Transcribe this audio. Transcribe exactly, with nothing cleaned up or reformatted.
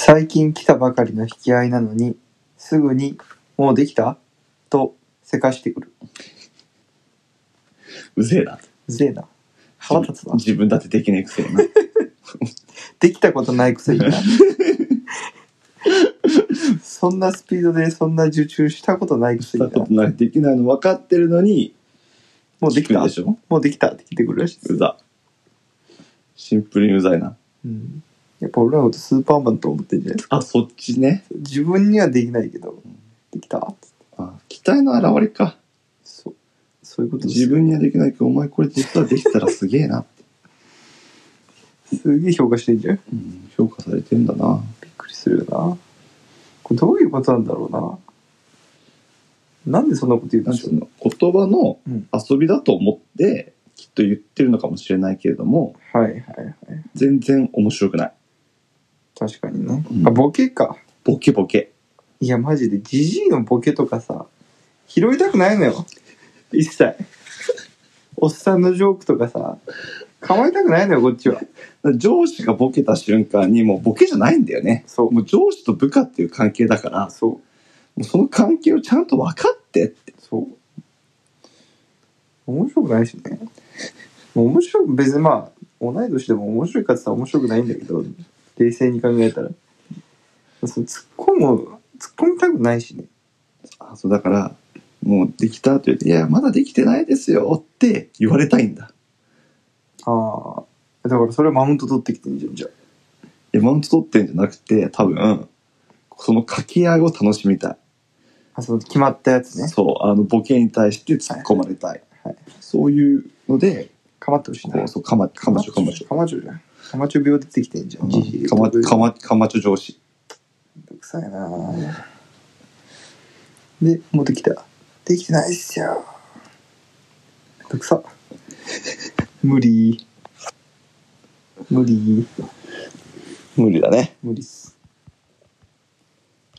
最近来たばかりの引き合いなのに、すぐにもうできたとせかしてくる。 うぜえな。 うぜえな。腹立つな。 自分だってできねえくせにな。 できたことないくせにな。そんなスピードでそんな受注したことないくせにな。 したことない。できないの分かってるのに、 もうできたでしょ。 もうできたって来てくるらしいです。 うざ。シンプルにうざいな。 うん。やっぱ俺らのことスーパーマンと思ってんじゃないですか。 あ、そっちね。 自分にはできないけど、できたって。 あ、期待の表れか。 そう。そういうことです。 自分にはできないけど、お前これ実はできたらすげえな。 すげえ評価してんじゃん。 うん、評価されてんだな。 びっくりするよな。これどういうことなんだろうな。なんでそんなこと言うんなんでしょう。 ていうの、言葉のうん遊びだと思ってきっと言ってるのかもしれないけれども、 はいはいはい。 全然面白くない。 確かにね。 うんあ、ボケか。 ボケボケ。 いや、マジで、ジジイのボケとかさ、拾いたくないのよ。一切。おっさんのジョークとかさ、構えたくないのよ、こっちは。 上司がボケた瞬間にもうボケじゃないんだよね。 そう。 もう上司と部下っていう関係だから、 そう。 もうその関係をちゃんと分かってって。 そう。面白くないしね。もう面白く、別にまあ、同い年でも面白いかって言ったら面白くないんだけど、冷静に考えたら。その突っ込む、突っ込みたくないしね。 あ、そうだから、もうできたって言って、いや、まだできてないですよって言われたいんだ。 ああ。だからそれマウント取ってきてんじゃん、じゃあ。 いや、マウント取ってんじゃなくて、多分、その掛け合いを楽しみたい。 あ、その決まったやつね。 そう、あの、ボケに対して突っ込まれたい。 はい。 そういうので、 かまってほしいな。 こう、そう、かま、かまちょかまちょ。 かまちょじゃん。かまちょ病出てきてんじゃん。じじいかま、かま、かまちょ上司。 めんどくさいなぁ。で、もうできた。できてないっすよ。めんどくさ。無理。無理。 無理だね。 無理っす。